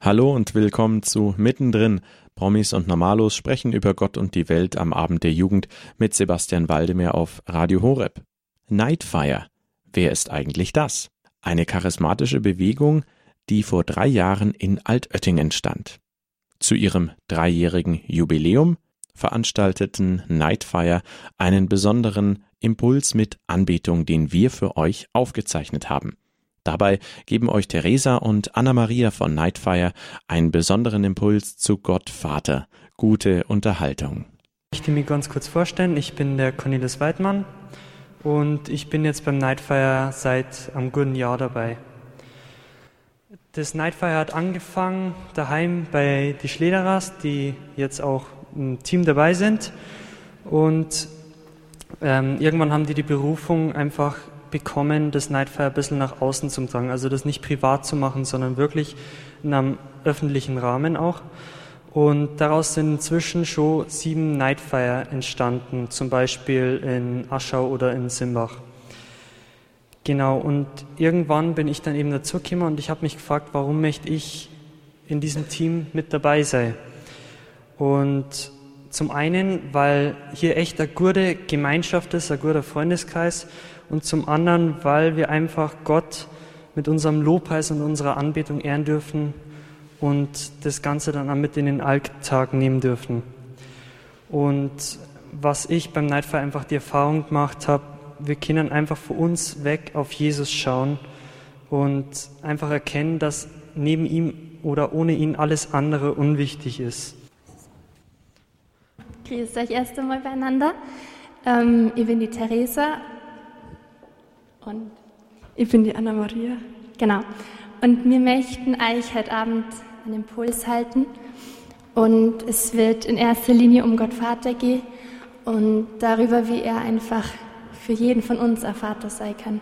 Hallo und willkommen zu Mittendrin. Promis und Normalos sprechen über Gott und die Welt am Abend der Jugend mit Sebastian Waldemar auf Radio Horeb. Nightfire. Wer ist eigentlich das? Eine charismatische Bewegung, die vor 3 Jahren in Altötting entstand. Zu ihrem 3-jährigen Jubiläum veranstalteten Nightfire einen besonderen Impuls mit Anbetung, den wir für euch aufgezeichnet haben. Dabei geben euch Theresa und Anna-Maria von Nightfire einen besonderen Impuls zu Gott Vater. Gute Unterhaltung. Ich möchte mich ganz kurz vorstellen. Ich bin der Cornelis Weidmann und ich bin jetzt beim Nightfire seit einem guten Jahr dabei. Das Nightfire hat angefangen daheim bei die Schlederers, die jetzt auch im Team dabei sind. Und irgendwann haben die Berufung einfach bekommen, das Nightfire ein bisschen nach außen zu tragen. Also das nicht privat zu machen, sondern wirklich in einem öffentlichen Rahmen auch. Und daraus sind inzwischen schon 7 Nightfire entstanden, zum Beispiel in Aschau oder in Simbach. Genau, und irgendwann bin ich dann eben dazugekommen und ich habe mich gefragt, warum möchte ich in diesem Team mit dabei sein? Und zum einen, weil hier echt eine gute Gemeinschaft ist, ein guter Freundeskreis, und zum anderen, weil wir einfach Gott mit unserem Lobpreis und unserer Anbetung ehren dürfen und das Ganze dann auch mit in den Alltag nehmen dürfen. Und was ich beim Nightfire einfach die Erfahrung gemacht habe, wir können einfach von uns weg auf Jesus schauen und einfach erkennen, dass neben ihm oder ohne ihn alles andere unwichtig ist. Grüßt euch erst einmal beieinander. Ich bin die Theresa und ich bin die Anna-Maria. Genau. Und wir möchten euch heute Abend einen Impuls halten. Und es wird in erster Linie um Gott Vater gehen und darüber, wie er einfach für jeden von uns ein Vater sein kann.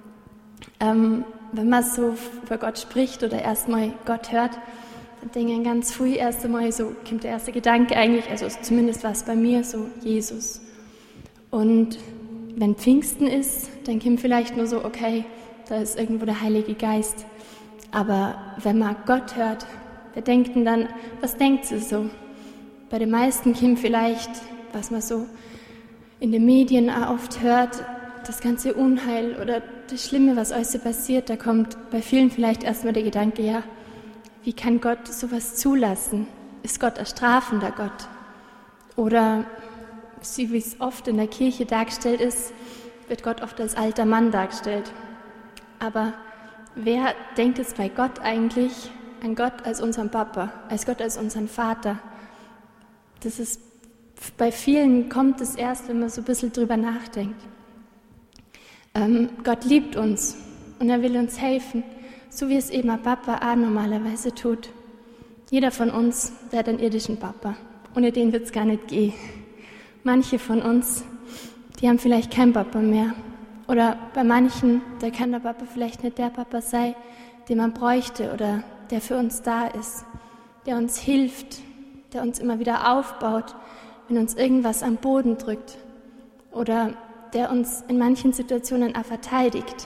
Wenn man so über Gott spricht oder erstmal Gott hört, dann denken ganz früh erst einmal so, kommt der erste Gedanke eigentlich, also zumindest war es bei mir so, Jesus. Und wenn Pfingsten ist, dann kommt vielleicht nur so, okay, da ist irgendwo der Heilige Geist. Aber wenn man Gott hört, wer denkt denn dann, was denkt sie so? Bei den meisten kommt vielleicht, was man so in den Medien auch oft hört, das ganze Unheil oder das Schlimme, was euch so passiert, da kommt bei vielen vielleicht erstmal der Gedanke, ja, wie kann Gott sowas zulassen? Ist Gott ein strafender Gott? Oder wie es oft in der Kirche dargestellt ist, wird Gott oft als alter Mann dargestellt. Aber wer denkt jetzt bei Gott eigentlich an Gott als unseren Papa, als Gott als unseren Vater? Das ist, bei vielen kommt es erst, wenn man so ein bisschen drüber nachdenkt. Gott liebt uns und er will uns helfen, so wie es eben ein Papa auch normalerweise tut. Jeder von uns, der hat einen irdischen Papa. Ohne den wird es gar nicht gehen. Manche von uns, die haben vielleicht keinen Papa mehr. Oder bei manchen, da kann der Papa vielleicht nicht der Papa sein, den man bräuchte oder der für uns da ist, der uns hilft, der uns immer wieder aufbaut, wenn uns irgendwas am Boden drückt oder der uns in manchen Situationen auch verteidigt.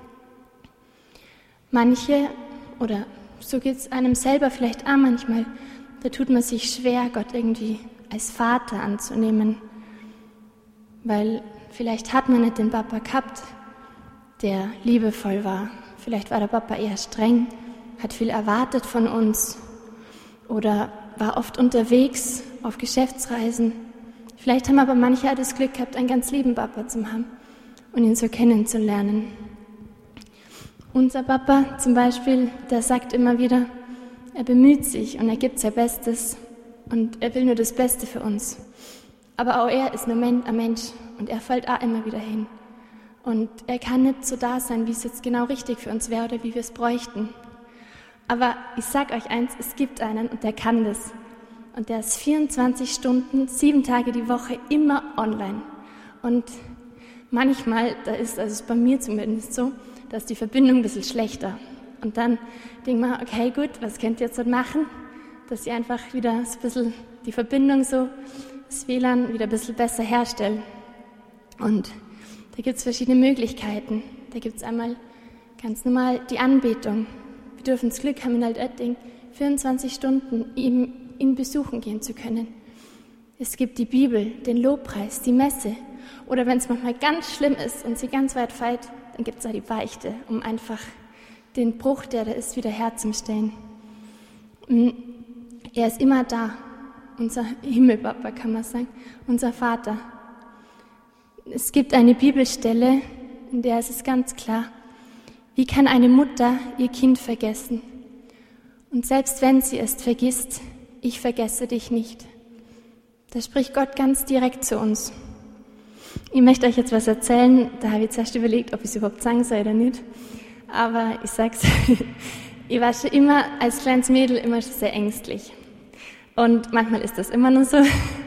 Manche, oder so geht es einem selber vielleicht auch manchmal, da tut man sich schwer, Gott irgendwie als Vater anzunehmen, weil vielleicht hat man nicht den Papa gehabt, der liebevoll war. Vielleicht war der Papa eher streng, hat viel erwartet von uns oder war oft unterwegs auf Geschäftsreisen. Vielleicht haben aber manche auch das Glück gehabt, einen ganz lieben Papa zu haben und ihn so kennenzulernen. Unser Papa zum Beispiel, der sagt immer wieder, er bemüht sich und er gibt sein Bestes und er will nur das Beste für uns. Aber auch er ist nur ein Mensch und er fällt auch immer wieder hin. Und er kann nicht so da sein, wie es jetzt genau richtig für uns wäre oder wie wir es bräuchten. Aber ich sag euch eins, es gibt einen und der kann das. Und der ist 24 Stunden, 7 Tage die Woche immer online. Und manchmal, da ist, also bei mir zumindest so, da ist die Verbindung ein bisschen schlechter. Und dann denkt man, okay, gut, was könnt ihr jetzt so machen, dass ihr einfach wieder so ein bisschen die Verbindung so, das WLAN wieder ein bisschen besser herstellt. Und da gibt es verschiedene Möglichkeiten. Da gibt es einmal ganz normal die Anbetung. Wir dürfen das Glück haben in Altötting, 24 Stunden ihn besuchen gehen zu können. Es gibt die Bibel, den Lobpreis, die Messe. Oder wenn es manchmal ganz schlimm ist und sie ganz weit fällt, dann gibt es da die Beichte, um einfach den Bruch, der da ist, wieder herzustellen. Er ist immer da, unser Himmelpapa, kann man sagen, unser Vater. Es gibt eine Bibelstelle, in der ist es ganz klar, wie kann eine Mutter ihr Kind vergessen? Und selbst wenn sie es vergisst, ich vergesse dich nicht. Da spricht Gott ganz direkt zu uns. Ich möchte euch jetzt was erzählen, da habe ich zuerst überlegt, ob ich es überhaupt sagen soll oder nicht. Aber ich sag's, ich war schon immer als kleines Mädel immer schon sehr ängstlich. Und manchmal ist das immer nur so.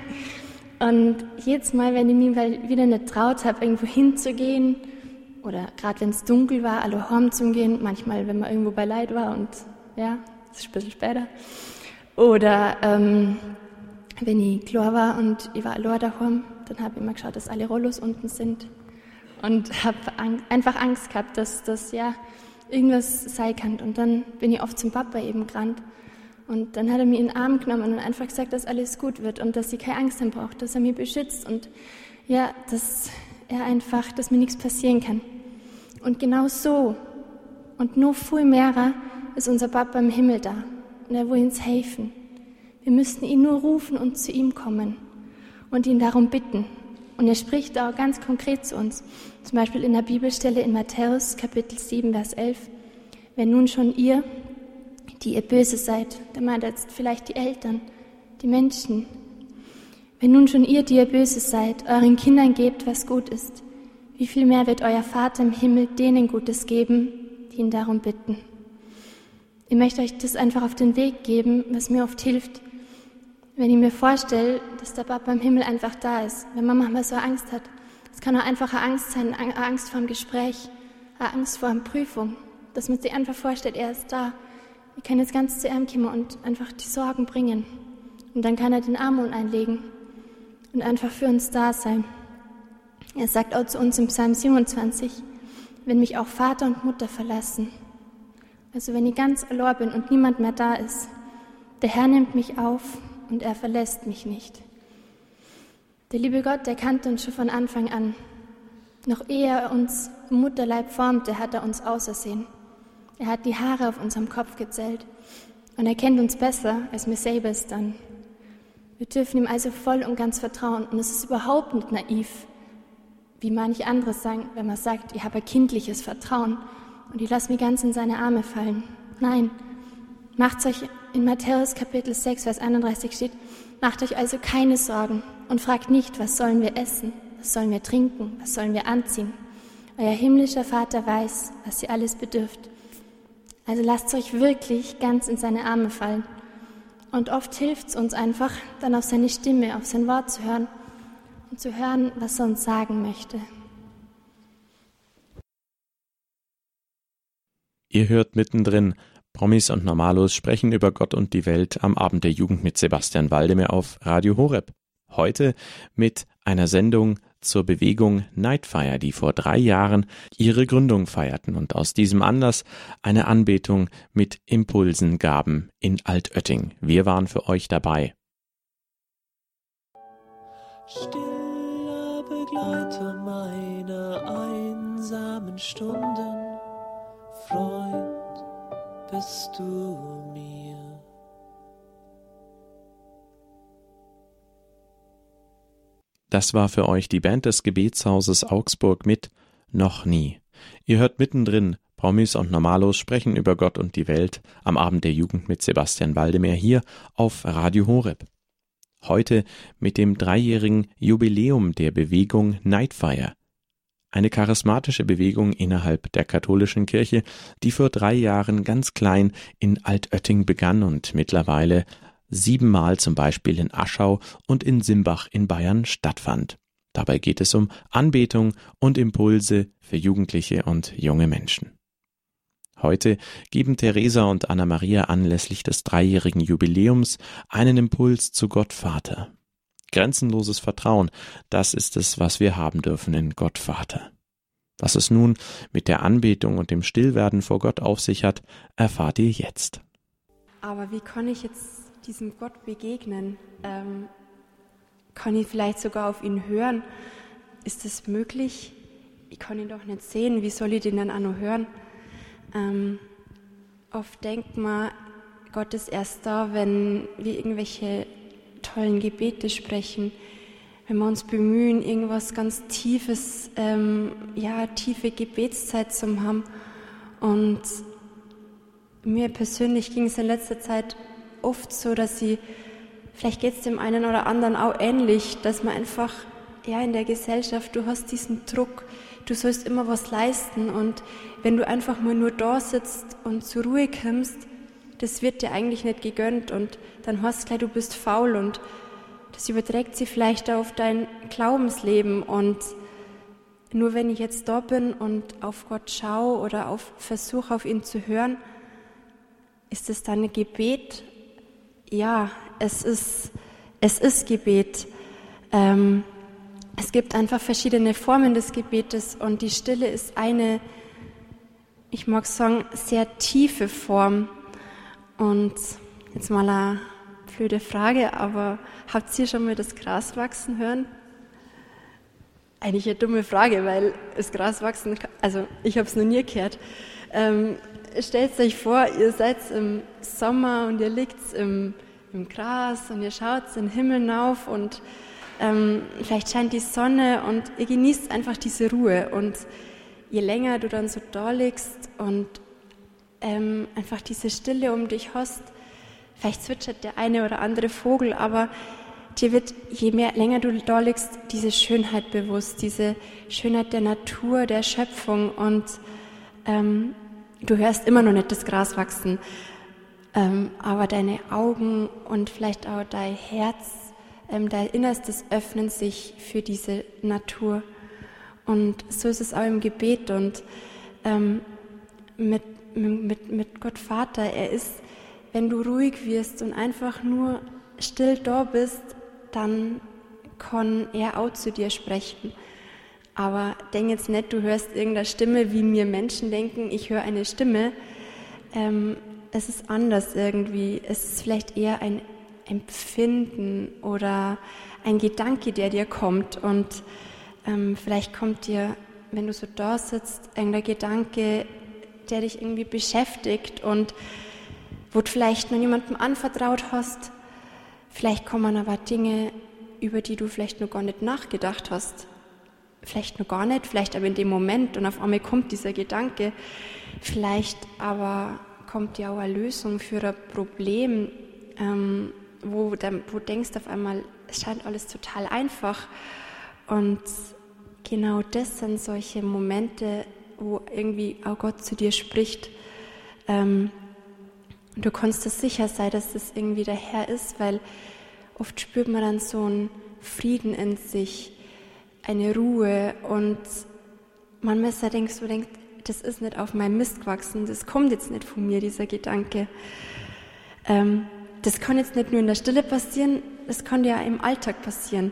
Und jedes Mal, wenn ich mich wieder nicht traut habe, irgendwo hinzugehen, oder gerade wenn es dunkel war, alle heim zu gehen, manchmal, wenn man irgendwo bei Leid war und ja, das ist ein bisschen später. Oder wenn ich klar war und ich war allein daheim, dann habe ich immer geschaut, dass alle Rollos unten sind und habe einfach Angst gehabt, dass das ja irgendwas sein kann. Und dann bin ich oft zum Papa eben gerannt und dann hat er mich in den Arm genommen und einfach gesagt, dass alles gut wird und dass ich keine Angst haben brauche, dass er mich beschützt und ja, dass mir nichts passieren kann. Und genau so und noch viel mehr ist unser Papa im Himmel da und er will uns helfen. Wir müssten ihn nur rufen und zu ihm kommen und ihn darum bitten. Und er spricht auch ganz konkret zu uns. Zum Beispiel in der Bibelstelle in Matthäus, Kapitel 7, Vers 11. Wenn nun schon ihr, die ihr böse seid, da meint er jetzt vielleicht die Eltern, die Menschen. Wenn nun schon ihr, die ihr böse seid, euren Kindern gebt, was gut ist, wie viel mehr wird euer Vater im Himmel denen Gutes geben, die ihn darum bitten. Ich möchte euch das einfach auf den Weg geben, was mir oft hilft, wenn ich mir vorstelle, dass der Papa im Himmel einfach da ist, wenn man manchmal so Angst hat. Es kann auch einfach eine Angst sein, eine Angst vor dem Gespräch, eine Angst vor einer Prüfung, dass man sich einfach vorstellt, er ist da. Ich kann jetzt ganz zu ihm kommen und einfach die Sorgen bringen. Und dann kann er den Arm einlegen und einfach für uns da sein. Er sagt auch zu uns im Psalm 27, wenn mich auch Vater und Mutter verlassen, also wenn ich ganz allein bin und niemand mehr da ist, der Herr nimmt mich auf und er verlässt mich nicht. Der liebe Gott, der kannte uns schon von Anfang an. Noch ehe er uns im Mutterleib formte, hat er uns ausersehen. Er hat die Haare auf unserem Kopf gezählt und er kennt uns besser, als wir selber es dann. Wir dürfen ihm also voll und ganz vertrauen und es ist überhaupt nicht naiv, wie manche andere sagen, wenn man sagt, ich habe ein kindliches Vertrauen und ich lasse mich ganz in seine Arme fallen. Nein, macht euch in Matthäus Kapitel 6, Vers 31 steht, macht euch also keine Sorgen und fragt nicht, was sollen wir essen, was sollen wir trinken, was sollen wir anziehen. Euer himmlischer Vater weiß, was ihr alles bedürft. Also lasst euch wirklich ganz in seine Arme fallen. Und oft hilft es uns einfach, dann auf seine Stimme, auf sein Wort zu hören und zu hören, was er uns sagen möchte. Ihr hört mittendrin, Promis und Normalos sprechen über Gott und die Welt am Abend der Jugend mit Sebastian Waldemar auf Radio Horeb. Heute mit einer Sendung zur Bewegung Nightfire, die vor 3 Jahren ihre Gründung feierten und aus diesem Anlass eine Anbetung mit Impulsen gaben in Altötting. Wir waren für euch dabei. Stiller Begleiter meiner einsamen Stunden, Freund, bist du mir. Das war für euch die Band des Gebetshauses Augsburg mit Noch nie. Ihr hört mittendrin, Promis und Normalos sprechen über Gott und die Welt am Abend der Jugend mit Sebastian Waldemar hier auf Radio Horeb. Heute mit dem 3-jährigen Jubiläum der Bewegung Nightfire. Eine charismatische Bewegung innerhalb der katholischen Kirche, die vor 3 Jahren ganz klein in Altötting begann und mittlerweile 7-mal zum Beispiel in Aschau und in Simbach in Bayern stattfand. Dabei geht es um Anbetung und Impulse für Jugendliche und junge Menschen. Heute geben Theresa und Anna-Maria anlässlich des 3-jährigen Jubiläums einen Impuls zu Gott Vater. Grenzenloses Vertrauen, das ist es, was wir haben dürfen in Gott Vater. Was es nun mit der Anbetung und dem Stillwerden vor Gott auf sich hat, erfahrt ihr jetzt. aber wie kann ich jetzt diesem Gott begegnen? Kann ich vielleicht sogar auf ihn hören? Ist das möglich? Ich kann ihn doch nicht sehen, wie soll ich den dann auch noch hören? Oft denkt man, Gott ist erst da, wenn wir irgendwelche tollen Gebete sprechen, wenn wir uns bemühen, irgendwas ganz Tiefes, tiefe Gebetszeit zu haben. Und mir persönlich ging es in letzter Zeit oft so, dass vielleicht geht es dem einen oder anderen auch ähnlich, dass man einfach, in der Gesellschaft, du hast diesen Druck, du sollst immer was leisten und wenn du einfach mal nur da sitzt und zur Ruhe kommst, das wird dir eigentlich nicht gegönnt und dann hast du gleich, du bist faul und das überträgt sich vielleicht auf dein Glaubensleben und nur wenn ich jetzt da bin und auf Gott schaue oder versuche auf ihn zu hören, ist es dann ein Gebet? Ja, es ist Gebet. Es gibt einfach verschiedene Formen des Gebetes und die Stille ist eine, ich mag sagen, sehr tiefe Form. Und jetzt mal eine blöde Frage, aber habt ihr schon mal das Gras wachsen hören? Eigentlich eine dumme Frage, weil das Gras wachsen, also ich habe es noch nie gehört. Stellt euch vor, ihr seid im Sommer und ihr liegt im Gras und ihr schaut in den Himmel hinauf und vielleicht scheint die Sonne und ihr genießt einfach diese Ruhe und je länger du dann so da liegst und einfach diese Stille um dich hast, vielleicht zwitschert der eine oder andere Vogel, aber dir wird, länger du da liegst, diese Schönheit bewusst, diese Schönheit der Natur, der Schöpfung und du hörst immer noch nicht das Gras wachsen, aber deine Augen und vielleicht auch dein Herz, dein Innerstes öffnen sich für diese Natur. Und so ist es auch im Gebet und mit Gott Vater. Er ist, wenn du ruhig wirst und einfach nur still da bist, dann kann er auch zu dir sprechen. Aber denk jetzt nicht, du hörst irgendeine Stimme, wie mir Menschen denken, ich höre eine Stimme. Es ist anders irgendwie. Es ist vielleicht eher ein Empfinden oder ein Gedanke, der dir kommt. Und vielleicht kommt dir, wenn du so da sitzt, irgendein Gedanke, der dich irgendwie beschäftigt und wo du vielleicht noch jemandem anvertraut hast. Vielleicht kommen aber Dinge, über die du vielleicht noch gar nicht nachgedacht hast. Vielleicht noch gar nicht, vielleicht aber in dem Moment und auf einmal kommt dieser Gedanke. Vielleicht aber kommt ja auch eine Lösung für ein Problem, wo du denkst auf einmal, es scheint alles total einfach. Und genau das sind solche Momente, wo irgendwie auch Gott zu dir spricht. Du kannst dir sicher sein, dass das irgendwie der Herr ist, weil oft spürt man dann so einen Frieden in sich, eine Ruhe und manchmal denkst du, das ist nicht auf meinem Mist gewachsen, das kommt jetzt nicht von mir, dieser Gedanke. Das kann jetzt nicht nur in der Stille passieren, das kann ja im Alltag passieren.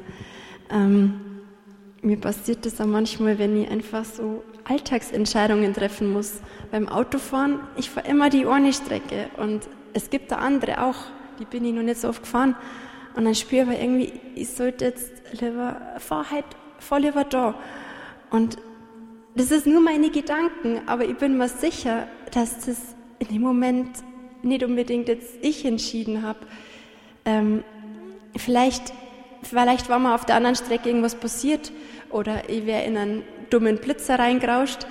Mir passiert das auch manchmal, wenn ich einfach so Alltagsentscheidungen treffen muss. Beim Autofahren, ich fahre immer die eine Strecke und es gibt da andere auch, die bin ich noch nicht so oft gefahren. Und dann spüre ich aber irgendwie, ich sollte jetzt fahr lieber da. Und das ist nur meine Gedanken, aber ich bin mir sicher, dass das in dem Moment nicht unbedingt jetzt ich entschieden habe. Vielleicht war mal auf der anderen Strecke irgendwas passiert oder ich wäre in einen dummen Blitzer reingerauscht.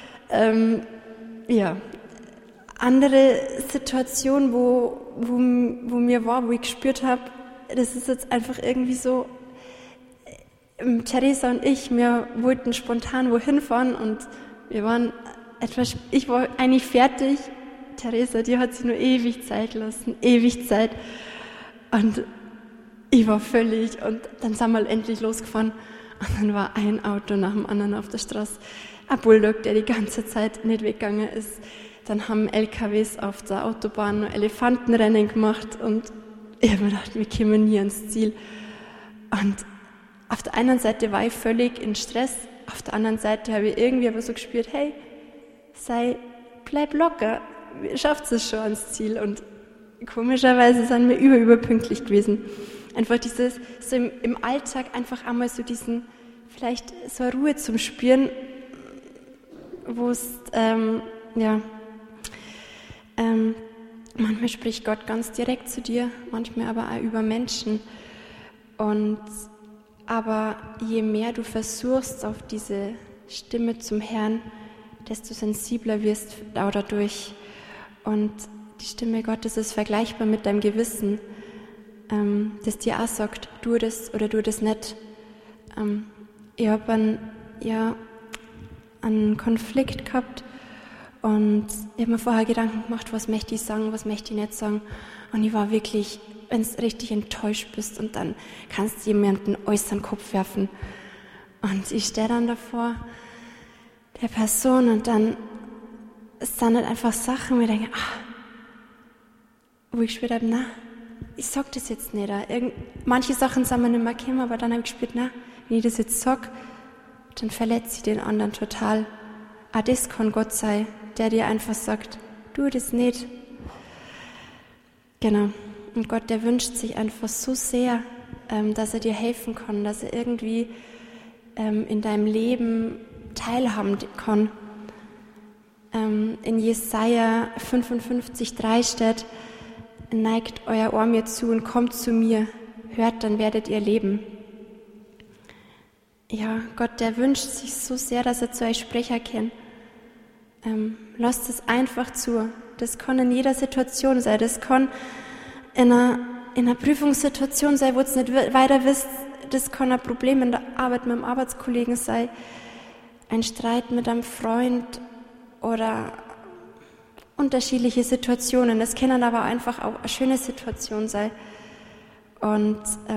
Andere Situation, wo mir war, wo ich gespürt habe, das ist jetzt einfach irgendwie so, Theresa und ich, wir wollten spontan wohin fahren und ich war eigentlich fertig. Theresa, die hat sich nur ewig Zeit gelassen, und ich war völlig, und dann sind wir endlich losgefahren und dann war ein Auto nach dem anderen auf der Straße, ein Bulldog, der die ganze Zeit nicht weggegangen ist. Dann haben LKWs auf der Autobahn noch Elefantenrennen gemacht und ich habe mir gedacht, wir kommen nie ans Ziel. Und auf der einen Seite war ich völlig in Stress, auf der anderen Seite habe ich irgendwie aber so gespürt, hey, bleib locker, schafft es schon ans Ziel. Und komischerweise sind wir überpünktlich gewesen. Einfach dieses, so im Alltag einfach einmal so diesen, vielleicht so eine Ruhe zum Spüren, wo es, manchmal spricht Gott ganz direkt zu dir, manchmal aber auch über Menschen. Aber je mehr du versuchst auf diese Stimme zum Herrn, desto sensibler wirst du dadurch. Und die Stimme Gottes ist vergleichbar mit deinem Gewissen, das dir auch sagt, tu das oder tu das nicht. Ich habe einen Konflikt gehabt und ich habe mir vorher Gedanken gemacht, was möchte ich sagen, was möchte ich nicht sagen. Und ich war wirklich, wenn du richtig enttäuscht bist und dann kannst du jemanden alles an den Kopf werfen. Und ich stehe dann davor der Person und dann sind halt einfach Sachen, wo ich denke, wo ich gespürt habe, ich sag das jetzt nicht. Manche Sachen sind mir nicht mehr gekommen, aber dann habe ich gespürt, wenn ich das jetzt sage, dann verletze ich den anderen total. Auch das kann Gott sein, der dir einfach sagt, tu das nicht. Genau. Und Gott, der wünscht sich einfach so sehr, dass er dir helfen kann, dass er irgendwie in deinem Leben teilhaben kann. In Jesaja 55,3 steht, neigt euer Ohr mir zu und kommt zu mir, hört, dann werdet ihr leben. Ja, Gott, der wünscht sich so sehr, dass er zu euch Sprecher kennt. Lasst es einfach zu. Das kann in jeder Situation sein. Das kann in einer Prüfungssituation sein, wo ihr es nicht weiter wisst. Das kann ein Problem in der Arbeit mit einem Arbeitskollegen sein, ein Streit mit einem Freund oder unterschiedliche Situationen. Das können aber einfach auch eine schöne Situation sein. Und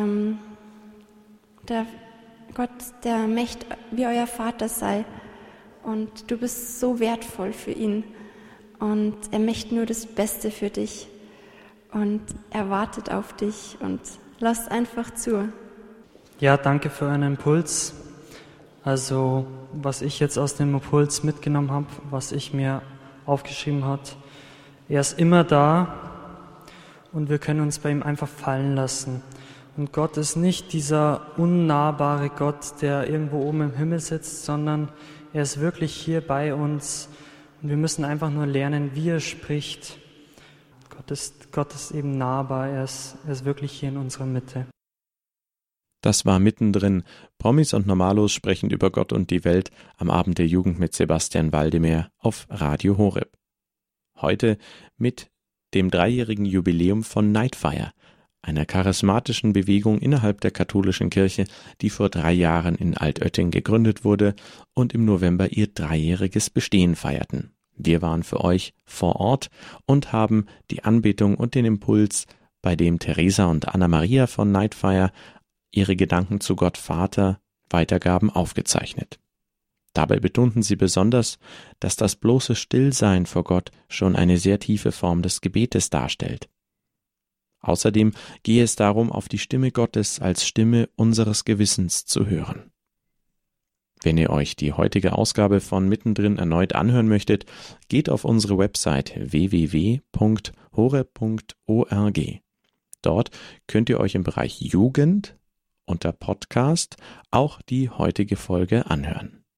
der Gott, der möchte wie euer Vater sei. Und du bist so wertvoll für ihn. Und er möchte nur das Beste für dich. Und er wartet auf dich. Und lass einfach zu. Ja, danke für euren Impuls. Also, was ich jetzt aus dem Impuls mitgenommen habe, was ich mir aufgeschrieben habe, er ist immer da und wir können uns bei ihm einfach fallen lassen. Und Gott ist nicht dieser unnahbare Gott, der irgendwo oben im Himmel sitzt, sondern er ist wirklich hier bei uns und wir müssen einfach nur lernen, wie er spricht. Gott ist eben nahbar, er ist wirklich hier in unserer Mitte. Das war mittendrin. Promis und Normalos sprechen über Gott und die Welt am Abend der Jugend mit Sebastian Waldemeyer auf Radio Horeb. Heute mit dem 3-jährigen Jubiläum von Nightfire, einer charismatischen Bewegung innerhalb der katholischen Kirche, die vor 3 Jahren in Altötting gegründet wurde und im November ihr 3-jähriges Bestehen feierten. Wir waren für euch vor Ort und haben die Anbetung und den Impuls, bei dem Theresa und Anna-Maria von Nightfire ihre Gedanken zu Gott Vater weitergaben, aufgezeichnet. Dabei betonten sie besonders, dass das bloße Stillsein vor Gott schon eine sehr tiefe Form des Gebetes darstellt. Außerdem gehe es darum, auf die Stimme Gottes als Stimme unseres Gewissens zu hören. Wenn ihr euch die heutige Ausgabe von Mittendrin erneut anhören möchtet, geht auf unsere Website www.horeb.org. Dort könnt ihr euch im Bereich Jugend unter Podcast auch die heutige Folge anhören.